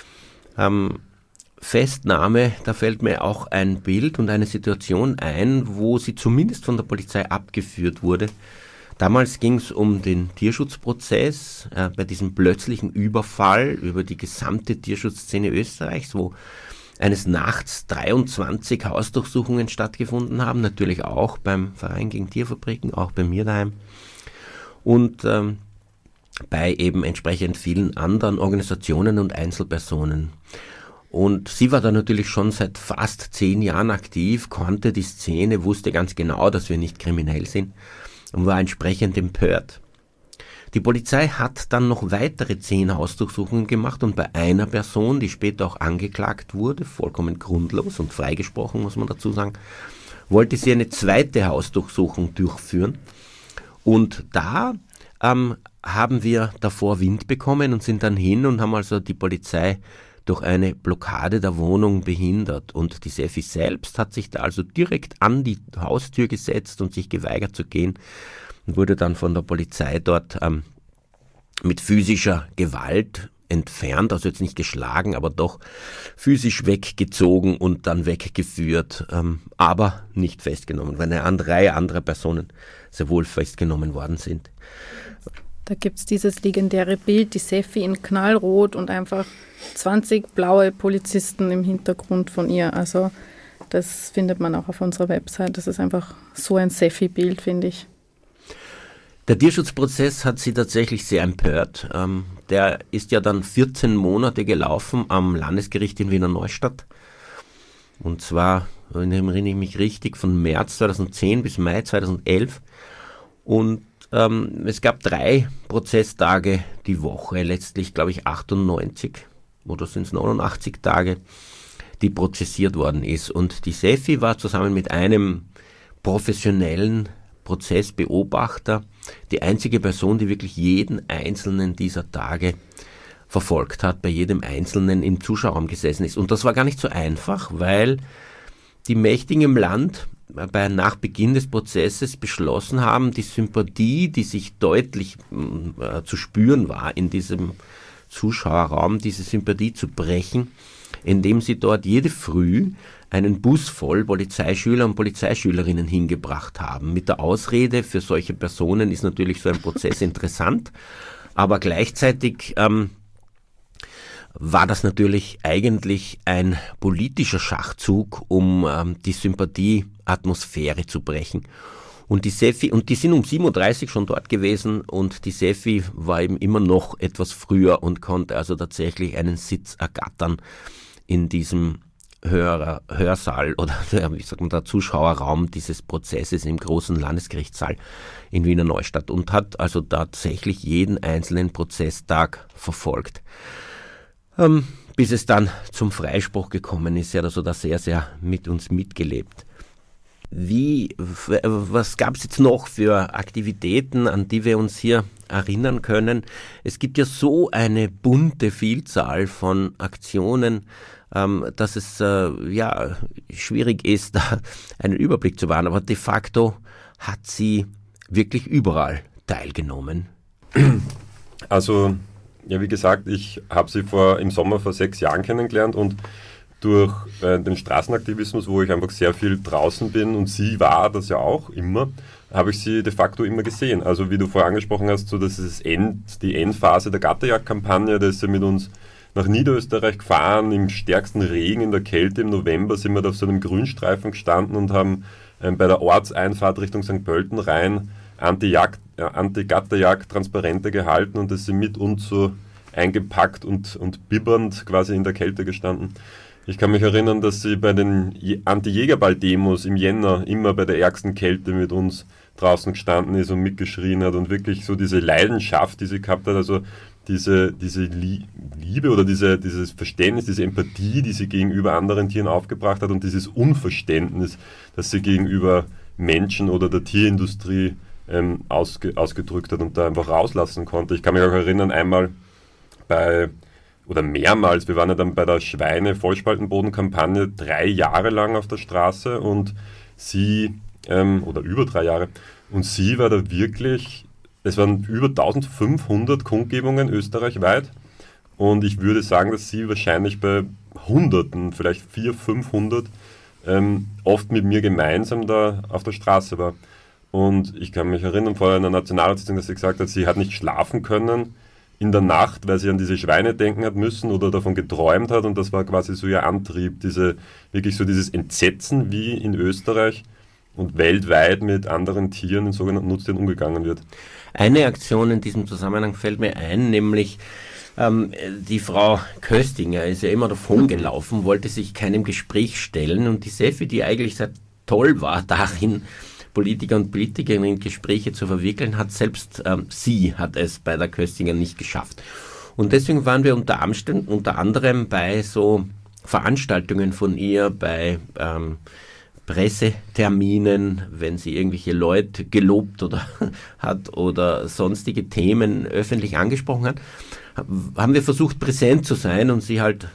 Festnahme, da fällt mir auch ein Bild und eine Situation ein, wo sie zumindest von der Polizei abgeführt wurde. Damals ging es um den Tierschutzprozess, bei diesem plötzlichen Überfall über die gesamte Tierschutzszene Österreichs, wo eines Nachts 23 Hausdurchsuchungen stattgefunden haben, natürlich auch beim Verein gegen Tierfabriken, auch bei mir daheim und bei eben entsprechend vielen anderen Organisationen und Einzelpersonen. Und sie war da natürlich schon seit fast 10 Jahren aktiv, kannte die Szene, wusste ganz genau, dass wir nicht kriminell sind und war entsprechend empört. Die Polizei hat dann noch weitere 10 Hausdurchsuchungen gemacht und bei einer Person, die später auch angeklagt wurde, vollkommen grundlos und freigesprochen, muss man dazu sagen, wollte sie eine zweite Hausdurchsuchung durchführen. Und da haben wir davor Wind bekommen und sind dann hin und haben also die Polizei durch eine Blockade der Wohnung behindert. Und die Sefi selbst hat sich da also direkt an die Haustür gesetzt und sich geweigert zu gehen und wurde dann von der Polizei dort mit physischer Gewalt entfernt, also jetzt nicht geschlagen, aber doch physisch weggezogen und dann weggeführt, aber nicht festgenommen, weil eine Reihe anderer Personen sehr wohl festgenommen worden sind. Da gibt es dieses legendäre Bild, die Sefi in knallrot und einfach 20 blaue Polizisten im Hintergrund von ihr. Also das findet man auch auf unserer Website. Das ist einfach so ein Sefi-Bild, finde ich. Der Tierschutzprozess hat sie tatsächlich sehr empört. Der ist ja dann 14 Monate gelaufen am Landesgericht in Wiener Neustadt. Und zwar, erinnere ich mich richtig, von März 2010 bis Mai 2011. Und es gab 3 Prozesstage die Woche, letztlich glaube ich 98 oder sind es 89 Tage, die prozessiert worden ist. Und die Sefi war zusammen mit einem professionellen Prozessbeobachter die einzige Person, die wirklich jeden einzelnen dieser Tage verfolgt hat, bei jedem Einzelnen im Zuschauerraum gesessen ist. Und das war gar nicht so einfach, weil die Mächtigen im Land nach Beginn des Prozesses beschlossen haben, die Sympathie, die sich deutlich zu spüren war in diesem Zuschauerraum, diese Sympathie zu brechen, indem sie dort jede Früh einen Bus voll Polizeischüler und Polizeischülerinnen hingebracht haben. Mit der Ausrede, für solche Personen ist natürlich so ein Prozess interessant, aber gleichzeitig war das natürlich eigentlich ein politischer Schachzug, um die Sympathieatmosphäre zu brechen. Und die Sefi, und die sind um 7.30 Uhr schon dort gewesen und die Sefi war eben immer noch etwas früher und konnte also tatsächlich einen Sitz ergattern in diesem Hörsaal oder wie sagt man da, Zuschauerraum dieses Prozesses im großen Landesgerichtssaal in Wiener Neustadt und hat also tatsächlich jeden einzelnen Prozesstag verfolgt. Bis es dann zum Freispruch gekommen ist. Er hat also da sehr, sehr mit uns mitgelebt. Was gab es jetzt noch für Aktivitäten, an die wir uns hier erinnern können? Es gibt ja so eine bunte Vielzahl von Aktionen, dass es schwierig ist, da einen Überblick zu wahren. Aber de facto hat sie wirklich überall teilgenommen. Also, ja, wie gesagt, ich habe sie im Sommer vor 6 Jahren kennengelernt und durch den Straßenaktivismus, wo ich einfach sehr viel draußen bin und sie war das ja auch immer, habe ich sie de facto immer gesehen. Also wie du vorher angesprochen hast, so das ist die Endphase der Gatterjagd-Kampagne, da ist sie mit uns nach Niederösterreich gefahren, im stärksten Regen, in der Kälte im November sind wir da auf so einem Grünstreifen gestanden und haben bei der Ortseinfahrt Richtung St. Pölten rein Anti-Gatterjagd Transparente gehalten und das sind mit uns so eingepackt und bibbernd quasi in der Kälte gestanden. Ich kann mich erinnern, dass sie bei den Anti-Jägerball-Demos im Jänner immer bei der ärgsten Kälte mit uns draußen gestanden ist und mitgeschrien hat und wirklich so diese Leidenschaft, die sie gehabt hat, also diese Liebe oder dieses Verständnis, diese Empathie, die sie gegenüber anderen Tieren aufgebracht hat und dieses Unverständnis, das sie gegenüber Menschen oder der Tierindustrie ausgedrückt hat und da einfach rauslassen konnte. Ich kann mich auch erinnern, mehrmals, wir waren ja dann bei der Schweine-Vollspaltenboden-Kampagne 3 Jahre lang auf der Straße und sie, oder über 3 Jahre, und sie war da wirklich, es waren über 1500 Kundgebungen österreichweit und ich würde sagen, dass sie wahrscheinlich bei Hunderten, vielleicht 400, 500, oft mit mir gemeinsam da auf der Straße war. Und ich kann mich erinnern, vor einer Nationalratssitzung, dass sie gesagt hat, sie hat nicht schlafen können in der Nacht, weil sie an diese Schweine denken hat müssen oder davon geträumt hat und das war quasi so ihr Antrieb, wirklich so dieses Entsetzen, wie in Österreich und weltweit mit anderen Tieren, den sogenannten Nutztieren, umgegangen wird. Eine Aktion in diesem Zusammenhang fällt mir ein, nämlich die Frau Köstinger ist ja immer davon gelaufen, wollte sich keinem Gespräch stellen und die Sefi, die eigentlich sehr toll war darin, Politiker und Politikerinnen in Gespräche zu verwickeln, hat selbst sie hat es bei der Köstinger nicht geschafft. Und deswegen waren wir unter anderem bei so Veranstaltungen von ihr, bei Presseterminen, wenn sie irgendwelche Leute gelobt hat oder sonstige Themen öffentlich angesprochen hat, haben wir versucht, präsent zu sein und sie halt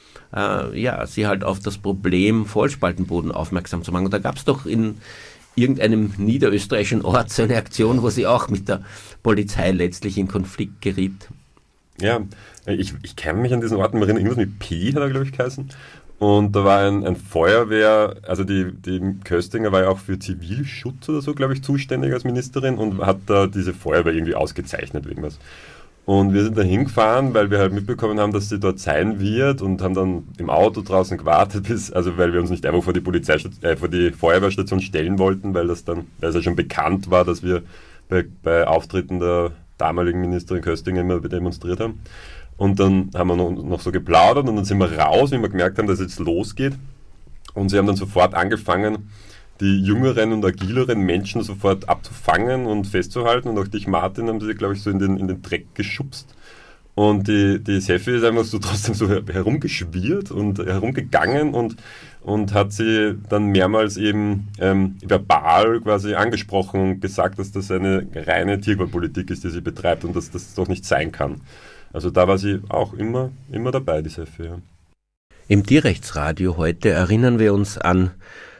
auf das Problem Vollspaltenboden aufmerksam zu machen. Und da gab es doch in irgendeinem niederösterreichischen Ort so eine Aktion, wo sie auch mit der Polizei letztlich in Konflikt geriet. Ja, ich kann mich an diesen Orten erinnern, irgendwas mit P hat er, glaube ich, geheißen. Und da war ein Feuerwehr, also die Köstinger war ja auch für Zivilschutz oder so, glaube ich, zuständig als Ministerin und hat da diese Feuerwehr irgendwie ausgezeichnet, irgendwas. Und wir sind da hingefahren, weil wir halt mitbekommen haben, dass sie dort sein wird und haben dann im Auto draußen gewartet, weil wir uns nicht einfach vor die Feuerwehrstation stellen wollten, weil es ja schon bekannt war, dass wir bei Auftritten der damaligen Ministerin Köstinger immer demonstriert haben. Und dann haben wir noch so geplaudert und dann sind wir raus, wie wir gemerkt haben, dass es jetzt losgeht. Und sie haben dann sofort angefangen, die jüngeren und agileren Menschen sofort abzufangen und festzuhalten. Und auch dich, Martin, haben sie, glaube ich, so in den Dreck geschubst. Und die Seffi ist einfach so trotzdem so herumgeschwirrt und herumgegangen und hat sie dann mehrmals eben verbal quasi angesprochen und gesagt, dass das eine reine Tierqualpolitik ist, die sie betreibt und dass das doch nicht sein kann. Also da war sie auch immer dabei, die Seffi. Ja. Im Tierrechtsradio heute erinnern wir uns an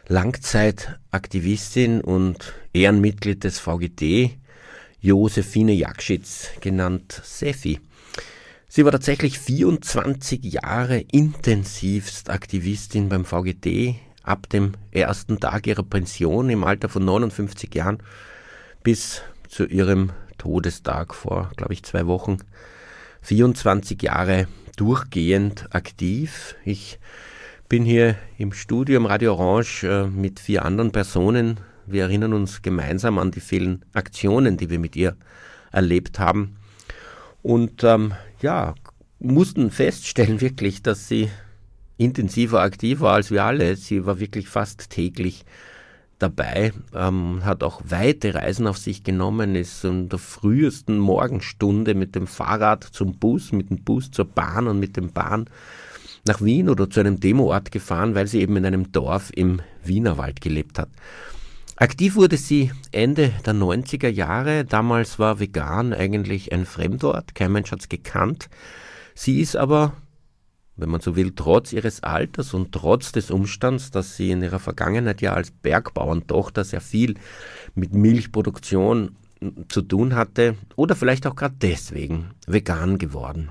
Langzeitaktivistin und Ehrenmitglied des VGT, Josephine Jakschitz, genannt Seffi. Sie war tatsächlich 24 Jahre intensivst Aktivistin beim VGT, ab dem ersten Tag ihrer Pension im Alter von 59 Jahren bis zu ihrem Todestag vor, glaube ich, 2 Wochen. 24 Jahre durchgehend aktiv. Ich bin hier im Studio im Radio Orange mit 4 anderen Personen. Wir erinnern uns gemeinsam an die vielen Aktionen, die wir mit ihr erlebt haben. Und mussten feststellen wirklich, dass sie intensiver aktiv war als wir alle. Sie war wirklich fast täglich dabei, hat auch weite Reisen auf sich genommen, ist in der frühesten Morgenstunde mit dem Fahrrad zum Bus, mit dem Bus zur Bahn und mit dem Bahn nach Wien oder zu einem Demoort gefahren, weil sie eben in einem Dorf im Wienerwald gelebt hat. Aktiv wurde sie Ende der 90er Jahre. Damals war vegan eigentlich ein Fremdwort, kein Mensch hat es gekannt. Sie ist aber, wenn man so will, trotz ihres Alters und trotz des Umstands, dass sie in ihrer Vergangenheit ja als Bergbauerntochter sehr viel mit Milchproduktion zu tun hatte oder vielleicht auch gerade deswegen vegan geworden.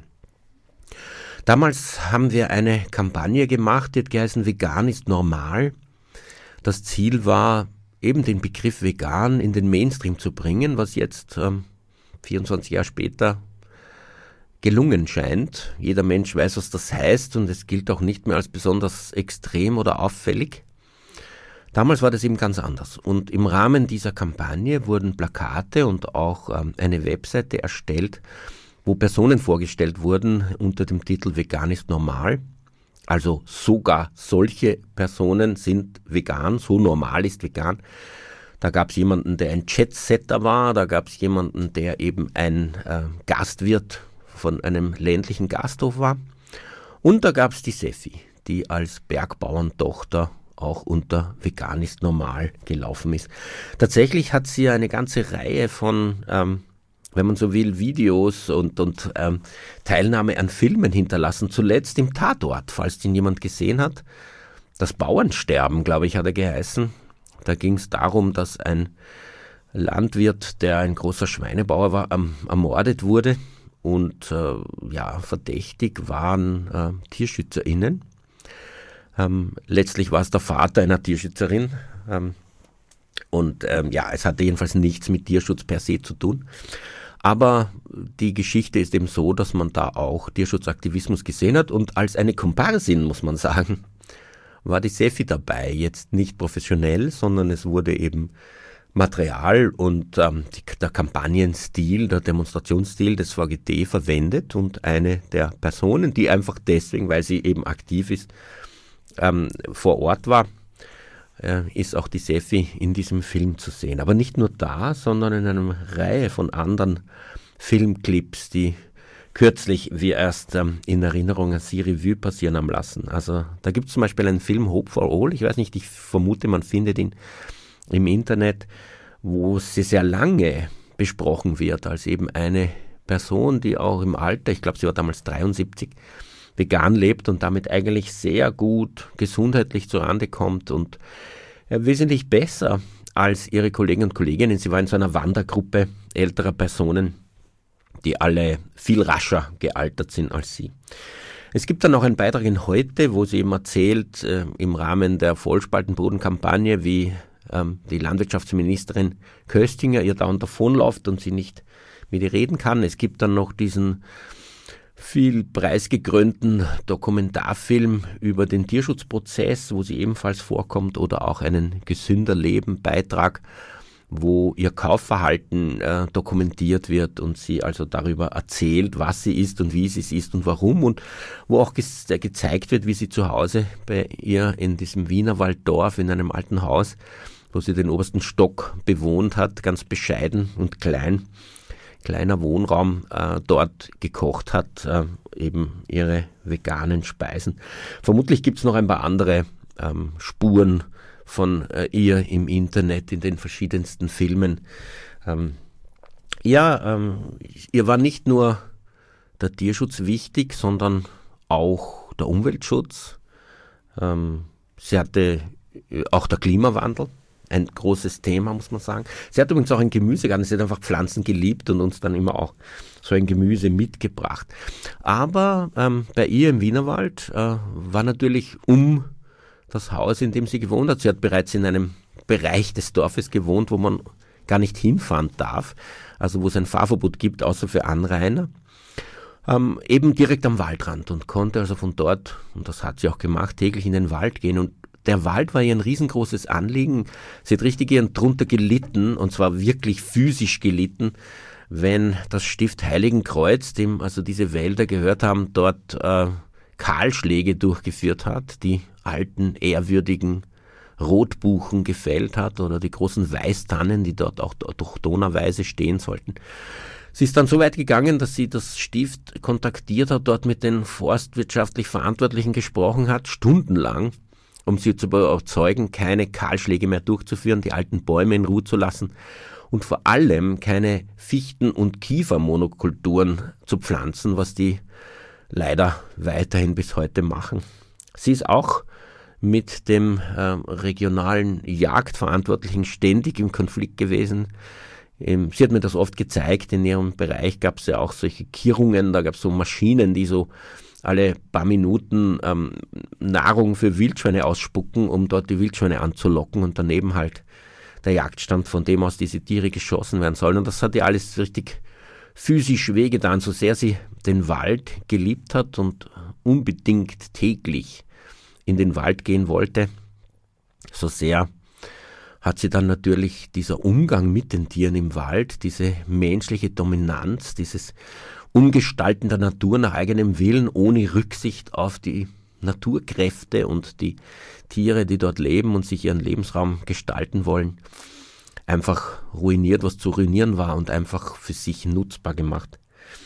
Damals haben wir eine Kampagne gemacht, die hat geheißen Vegan ist normal. Das Ziel war, eben den Begriff vegan in den Mainstream zu bringen, was jetzt 24 Jahre später gelungen scheint. Jeder Mensch weiß, was das heißt und es gilt auch nicht mehr als besonders extrem oder auffällig. Damals war das eben ganz anders und im Rahmen dieser Kampagne wurden Plakate und auch eine Webseite erstellt, wo Personen vorgestellt wurden unter dem Titel Vegan ist normal. Also sogar solche Personen sind vegan, so normal ist vegan. Da gab es jemanden, der ein Chatsetter war, da gab es jemanden, der eben ein Gastwirt von einem ländlichen Gasthof war. Und da gab es die Seffi, die als Bergbauerntochter auch unter Vegan ist normal gelaufen ist. Tatsächlich hat sie eine ganze Reihe von, wenn man so will, Videos und Teilnahme an Filmen hinterlassen. Zuletzt im Tatort, falls den jemand gesehen hat. Das Bauernsterben, glaube ich, hat er geheißen. Da ging es darum, dass ein Landwirt, der ein großer Schweinebauer war, ermordet wurde. Und verdächtig waren TierschützerInnen. Letztlich war es der Vater einer Tierschützerin. Es hatte jedenfalls nichts mit Tierschutz per se zu tun. Aber die Geschichte ist eben so, dass man da auch Tierschutzaktivismus gesehen hat. Und als eine Komparsin, muss man sagen, war die Seffi dabei. Jetzt nicht professionell, sondern es wurde eben Material und der Kampagnenstil, der Demonstrationsstil des VGT verwendet. Und eine der Personen, die einfach deswegen, weil sie eben aktiv ist, vor Ort war, ist auch die Seffi in diesem Film zu sehen. Aber nicht nur da, sondern in einer Reihe von anderen Filmclips, die kürzlich wir erst in Erinnerung an sie Revue passieren haben lassen. Also da gibt es zum Beispiel einen Film Hope for All, ich weiß nicht, ich vermute, man findet ihn im Internet, wo sie sehr lange besprochen wird, als eben eine Person, die auch im Alter, ich glaube, sie war damals 73, vegan lebt und damit eigentlich sehr gut gesundheitlich zurande kommt und wesentlich besser als ihre Kollegen und Kolleginnen. Sie war in so einer Wandergruppe älterer Personen, die alle viel rascher gealtert sind als sie. Es gibt dann auch einen Beitrag in Heute, wo sie eben erzählt, im Rahmen der Vollspaltenbodenkampagne, wie die Landwirtschaftsministerin Köstinger ihr dauernd davonläuft und sie nicht mit ihr reden kann. Es gibt dann noch diesen viel preisgekrönten Dokumentarfilm über den Tierschutzprozess, wo sie ebenfalls vorkommt, oder auch einen Gesünder Leben Beitrag, wo ihr Kaufverhalten dokumentiert wird und sie also darüber erzählt, was sie isst und wie sie es isst und warum, und wo auch gezeigt wird, wie sie zu Hause bei ihr in diesem Wienerwalddorf in einem alten Haus, wo sie den obersten Stock bewohnt hat, ganz bescheiden und kleiner Wohnraum, dort gekocht hat, eben ihre veganen Speisen. Vermutlich gibt es noch ein paar andere Spuren von ihr im Internet, in den verschiedensten Filmen. Ihr war nicht nur der Tierschutz wichtig, sondern auch der Umweltschutz. Sie hatte auch der Klimawandel, ein großes Thema, muss man sagen. Sie hat übrigens auch ein Gemüsegarten, sie hat einfach Pflanzen geliebt und uns dann immer auch so ein Gemüse mitgebracht. Aber bei ihr im Wienerwald war natürlich das Haus, in dem sie gewohnt hat. Sie hat bereits in einem Bereich des Dorfes gewohnt, wo man gar nicht hinfahren darf, also wo es ein Fahrverbot gibt, außer für Anrainer, eben direkt am Waldrand, und konnte also von dort, und das hat sie auch gemacht, täglich in den Wald gehen. Und der Wald war ihr ein riesengroßes Anliegen. Sie hat richtig drunter gelitten, und zwar wirklich physisch gelitten, wenn das Stift Heiligenkreuz, dem also diese Wälder gehört haben, dort Kahlschläge durchgeführt hat, die alten, ehrwürdigen Rotbuchen gefällt hat oder die großen Weißtannen, die dort auch durch Donauweise stehen sollten. Sie ist dann so weit gegangen, dass sie das Stift kontaktiert hat, dort mit den forstwirtschaftlich Verantwortlichen gesprochen hat, stundenlang, um sie zu überzeugen, keine Kahlschläge mehr durchzuführen, die alten Bäume in Ruhe zu lassen und vor allem keine Fichten- und Kiefermonokulturen zu pflanzen, was die leider weiterhin bis heute machen. Sie ist auch mit dem regionalen Jagdverantwortlichen ständig im Konflikt gewesen. Sie hat mir das oft gezeigt, in ihrem Bereich gab es ja auch solche Kirrungen, da gab es so Maschinen, die so alle paar Minuten Nahrung für Wildschweine ausspucken, um dort die Wildschweine anzulocken, und daneben halt der Jagdstand, von dem aus diese Tiere geschossen werden sollen. Und das hat ihr alles richtig physisch wehgetan, so sehr sie den Wald geliebt hat und unbedingt täglich in den Wald gehen wollte, so sehr hat sie dann natürlich dieser Umgang mit den Tieren im Wald, diese menschliche Dominanz, dieses Umgestalten der Natur nach eigenem Willen, ohne Rücksicht auf die Naturkräfte und die Tiere, die dort leben und sich ihren Lebensraum gestalten wollen, einfach ruiniert, was zu ruinieren war, und einfach für sich nutzbar gemacht.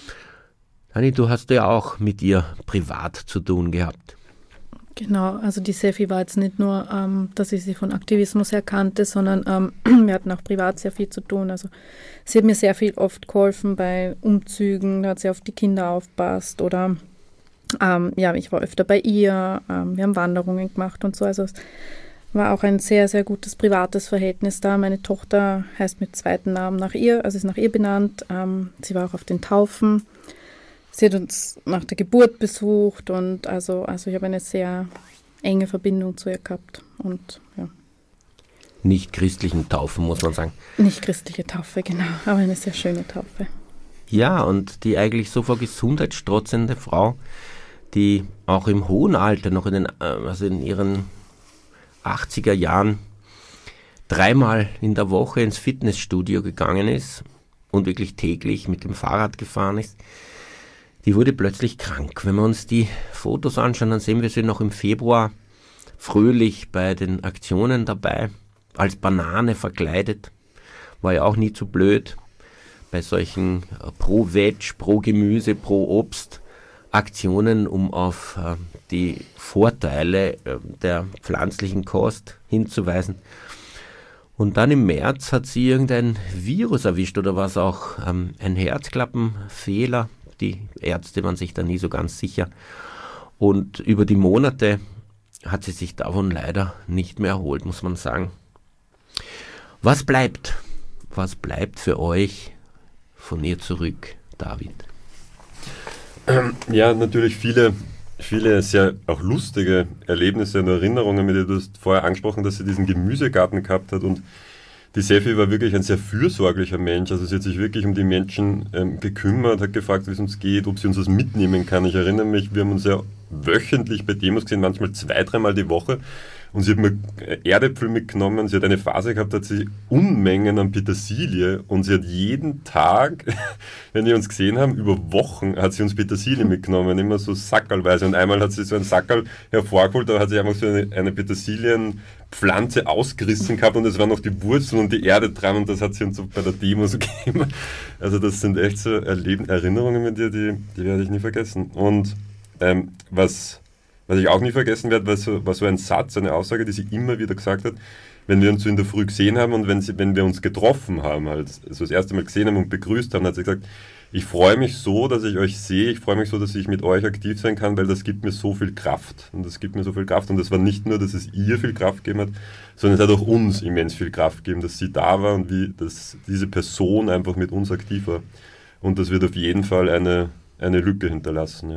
Dani, du hast ja auch mit ihr privat zu tun gehabt. Genau, also die Sefi war jetzt nicht nur, dass ich sie von Aktivismus her kannte, sondern wir hatten auch privat sehr viel zu tun. Also sie hat mir sehr viel oft geholfen bei Umzügen, da hat sie auf die Kinder aufgepasst, oder ich war öfter bei ihr, wir haben Wanderungen gemacht und so. Also es war auch ein sehr, sehr gutes privates Verhältnis da. Meine Tochter heißt mit zweiten Namen nach ihr, also ist nach ihr benannt. Sie war auch auf den Taufen. Sie hat uns nach der Geburt besucht, und also ich habe eine sehr enge Verbindung zu ihr gehabt. Und ja. Nicht christlichen Taufen, muss man sagen. Nicht christliche Taufe, genau, aber eine sehr schöne Taufe. Ja, und die eigentlich so vor Gesundheit strotzende Frau, die auch im hohen Alter, noch in ihren 80er Jahren 3-mal in der Woche ins Fitnessstudio gegangen ist und wirklich täglich mit dem Fahrrad gefahren ist, die wurde plötzlich krank. Wenn wir uns die Fotos anschauen, dann sehen wir sie noch im Februar fröhlich bei den Aktionen dabei, als Banane verkleidet, war ja auch nie zu blöd. bei solchen Pro-Veg, Pro-Gemüse, Pro-Obst-Aktionen, um auf die Vorteile der pflanzlichen Kost hinzuweisen. Und dann im März hat sie irgendein Virus erwischt oder war es auch ein Herzklappenfehler. Die Ärzte waren sich da nie so ganz sicher. Und über die Monate hat sie sich davon leider nicht mehr erholt, muss man sagen. Was bleibt? Was bleibt für euch von ihr zurück, David? Ja, natürlich viele sehr auch lustige Erlebnisse und Erinnerungen mit ihr. Du hast vorher angesprochen, dass sie diesen Gemüsegarten gehabt hat, und die Sefi war wirklich ein sehr fürsorglicher Mensch. Also sie hat sich wirklich um die Menschen gekümmert, hat gefragt, wie es uns geht, ob sie uns was mitnehmen kann. Ich erinnere mich, wir haben uns ja wöchentlich bei Demos gesehen, manchmal 2-3 Mal die Woche. Und sie hat mir Erdäpfel mitgenommen. Sie hat eine Phase gehabt, da hat sie Unmengen an Petersilie, und sie hat jeden Tag, wenn wir uns gesehen haben, über Wochen hat sie uns Petersilie mitgenommen, immer so sackerlweise. Und einmal hat sie so ein Sackerl hervorgeholt, da hat sie einfach so eine Petersilienpflanze ausgerissen gehabt, und es waren noch die Wurzeln und die Erde dran, und das hat sie uns so bei der Demo so gegeben. Also das sind echt so Erinnerungen mit dir, die werde ich nie vergessen. Und was ich auch nie vergessen werde, war so ein Satz, eine Aussage, die sie immer wieder gesagt hat, wenn wir uns so in der Früh gesehen haben und wenn wir uns getroffen haben, halt so das erste Mal gesehen haben und begrüßt haben, hat sie gesagt, ich freue mich so, dass ich euch sehe, ich freue mich so, dass ich mit euch aktiv sein kann, weil das gibt mir so viel Kraft. Und das gibt mir so viel Kraft. Und das war nicht nur, dass es ihr viel Kraft gegeben hat, sondern es hat auch uns immens viel Kraft gegeben, dass sie da war und dass diese Person einfach mit uns aktiv war. Und das wird auf jeden Fall eine Lücke hinterlassen, ja.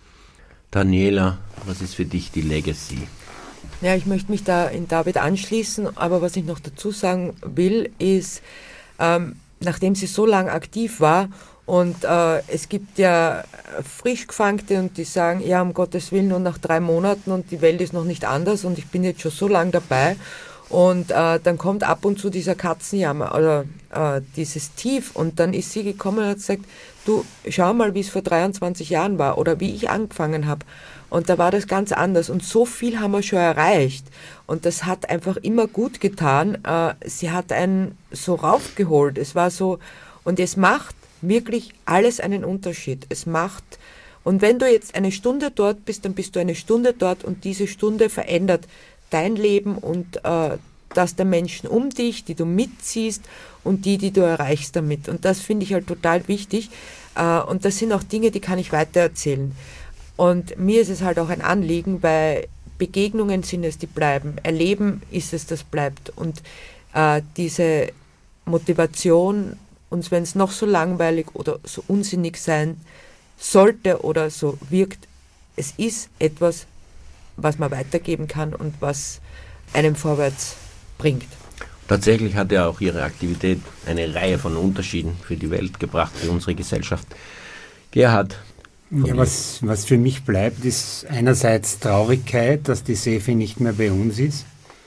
Daniela, was ist für dich die Legacy? Ja, ich möchte mich da in David anschließen, aber was ich noch dazu sagen will, ist, nachdem sie so lange aktiv war, und es gibt ja Frischgefangte, und die sagen, ja, um Gottes Willen, nur nach 3 Monaten und die Welt ist noch nicht anders und ich bin jetzt schon so lange dabei, und dann kommt ab und zu dieser Katzenjammer oder dieses Tief, und dann ist sie gekommen und hat gesagt, du, schau mal, wie es vor 23 Jahren war oder wie ich angefangen habe. Und da war das ganz anders. Und so viel haben wir schon erreicht. Und das hat einfach immer gut getan. Sie hat einen so raufgeholt. Es war so, und es macht wirklich alles einen Unterschied. Es macht, und wenn du jetzt eine Stunde dort bist, dann bist du eine Stunde dort, und diese Stunde verändert dein Leben und das der Menschen um dich, die du mitziehst und die du erreichst damit. Und das finde ich halt total wichtig. Und das sind auch Dinge, die kann ich weitererzählen. Und mir ist es halt auch ein Anliegen, weil Begegnungen sind es, die bleiben. Erleben ist es, das bleibt. Und diese Motivation, uns, wenn es noch so langweilig oder so unsinnig sein sollte oder so wirkt, es ist etwas, was man weitergeben kann und was einem vorwärts bringt. Tatsächlich hat ja auch ihre Aktivität eine Reihe von Unterschieden für die Welt gebracht, für unsere Gesellschaft. Gerhard? Ja, was für mich bleibt, ist einerseits Traurigkeit, dass die Sefi nicht mehr bei uns ist.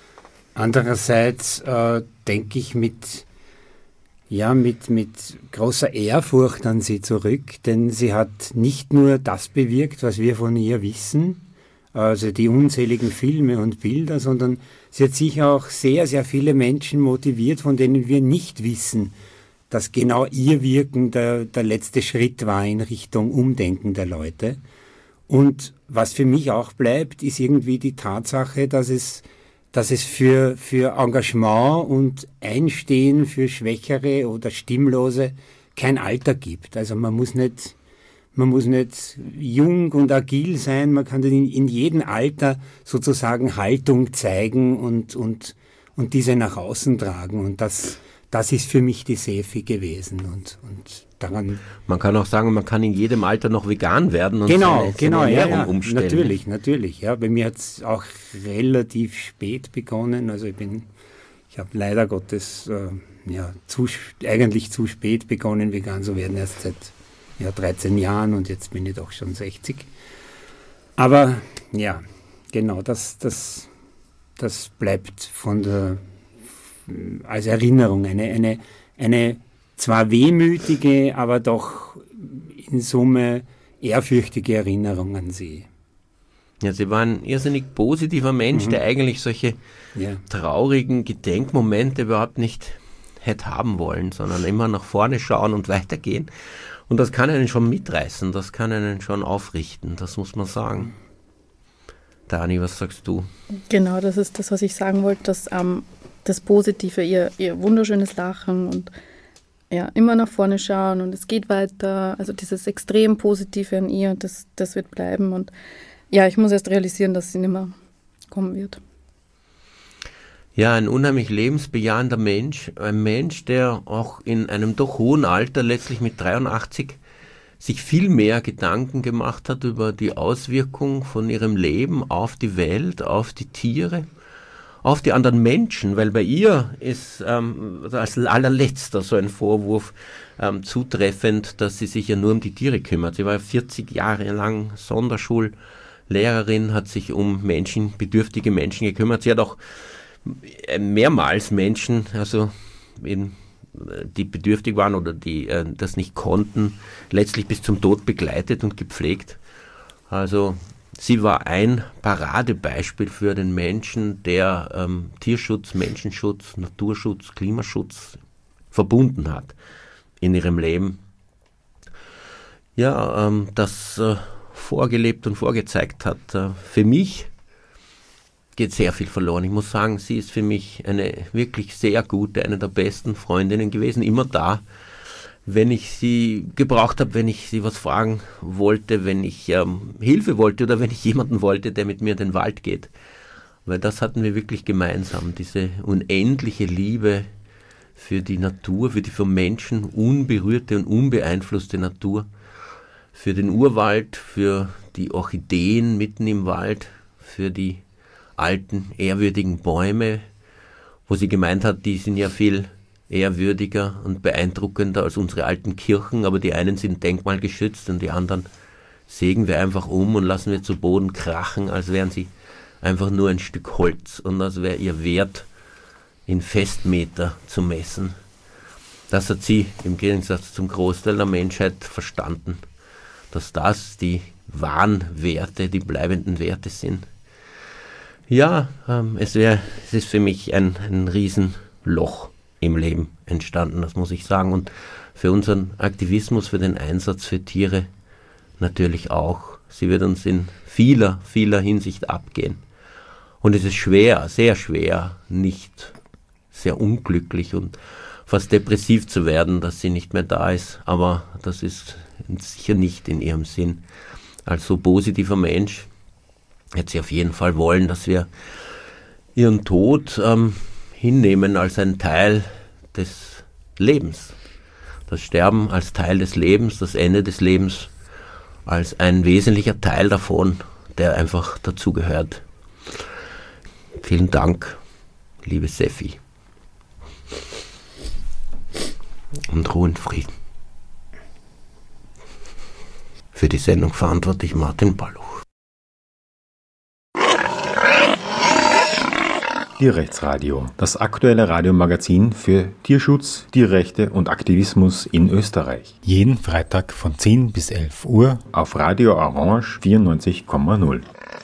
Andererseits denke ich mit großer Ehrfurcht an sie zurück, denn sie hat nicht nur das bewirkt, was wir von ihr wissen, also die unzähligen Filme und Bilder, sondern sie hat sicher auch sehr, sehr viele Menschen motiviert, von denen wir nicht wissen, dass genau ihr Wirken der letzte Schritt war in Richtung Umdenken der Leute. Und was für mich auch bleibt, ist irgendwie die Tatsache, dass es für Engagement und Einstehen für Schwächere oder Stimmlose kein Alter gibt. Also man muss nicht jung und agil sein, man kann in jedem Alter sozusagen Haltung zeigen und diese nach außen tragen. Und das ist für mich die Sefi gewesen. Und daran. Man kann auch sagen, man kann in jedem Alter noch vegan werden und seine Ernährung umstellen. Natürlich. Ja. Bei mir hat es auch relativ spät begonnen. Also ich habe leider Gottes eigentlich zu spät begonnen, vegan zu werden, erst seit 13 Jahren, und jetzt bin ich doch schon 60. Aber ja, genau, das bleibt als Erinnerung eine zwar wehmütige, aber doch in Summe ehrfürchtige Erinnerung an sie. Ja, sie war ein irrsinnig positiver Mensch, der eigentlich solche traurigen Gedenkmomente überhaupt nicht hätte haben wollen, sondern immer nach vorne schauen und weitergehen. Und das kann einen schon mitreißen, das kann einen schon aufrichten, das muss man sagen. Dani, was sagst du? Genau, das ist das, was ich sagen wollte, dass das Positive, ihr wunderschönes Lachen und ja, immer nach vorne schauen und es geht weiter. Also dieses extrem Positive an ihr, das wird bleiben. Und ja, ich muss erst realisieren, dass sie nicht mehr kommen wird. Ja, ein unheimlich lebensbejahender Mensch. Ein Mensch, der auch in einem doch hohen Alter, letztlich mit 83, sich viel mehr Gedanken gemacht hat über die Auswirkung von ihrem Leben auf die Welt, auf die Tiere, auf die anderen Menschen, weil bei ihr ist als allerletzter so ein Vorwurf zutreffend, dass sie sich ja nur um die Tiere kümmert. Sie war 40 Jahre lang Sonderschullehrerin, hat sich um bedürftige Menschen gekümmert. Sie hat auch mehrmals Menschen, also die bedürftig waren oder die das nicht konnten, letztlich bis zum Tod begleitet und gepflegt. Also sie war ein Paradebeispiel für den Menschen, der Tierschutz, Menschenschutz, Naturschutz, Klimaschutz verbunden hat in ihrem Leben. Ja, das vorgelebt und vorgezeigt hat. Für mich geht sehr viel verloren. Ich muss sagen, sie ist für mich eine wirklich sehr gute, eine der besten Freundinnen gewesen, immer da, wenn ich sie gebraucht habe, wenn ich sie was fragen wollte, wenn ich Hilfe wollte oder wenn ich jemanden wollte, der mit mir in den Wald geht. Weil das hatten wir wirklich gemeinsam, diese unendliche Liebe für die Natur, für die vom Menschen unberührte und unbeeinflusste Natur, für den Urwald, für die Orchideen mitten im Wald, für die alten, ehrwürdigen Bäume, wo sie gemeint hat, die sind ja viel ehrwürdiger und beeindruckender als unsere alten Kirchen, aber die einen sind denkmalgeschützt und die anderen sägen wir einfach um und lassen wir zu Boden krachen, als wären sie einfach nur ein Stück Holz und als wäre ihr Wert in Festmeter zu messen. Das hat sie im Gegensatz zum Großteil der Menschheit verstanden, dass das die wahren Werte, die bleibenden Werte sind. Ja, es ist für mich ein Riesenloch im Leben entstanden, das muss ich sagen. Und für unseren Aktivismus, für den Einsatz für Tiere natürlich auch. Sie wird uns in vieler Hinsicht abgehen. Und es ist schwer, sehr schwer, nicht sehr unglücklich und fast depressiv zu werden, dass sie nicht mehr da ist. Aber das ist sicher nicht in ihrem Sinn. Als so positiver Mensch hätte sie auf jeden Fall wollen, dass wir ihren Tod hinnehmen als ein Teil des Lebens. Das Sterben als Teil des Lebens, das Ende des Lebens als ein wesentlicher Teil davon, der einfach dazugehört. Vielen Dank, liebe Seffi. Und Ruhe und Frieden. Für die Sendung verantwortlich Martin Balluch. Tierrechtsradio, das aktuelle Radiomagazin für Tierschutz, Tierrechte und Aktivismus in Österreich. Jeden Freitag von 10 bis 11 Uhr auf Radio Orange 94,0.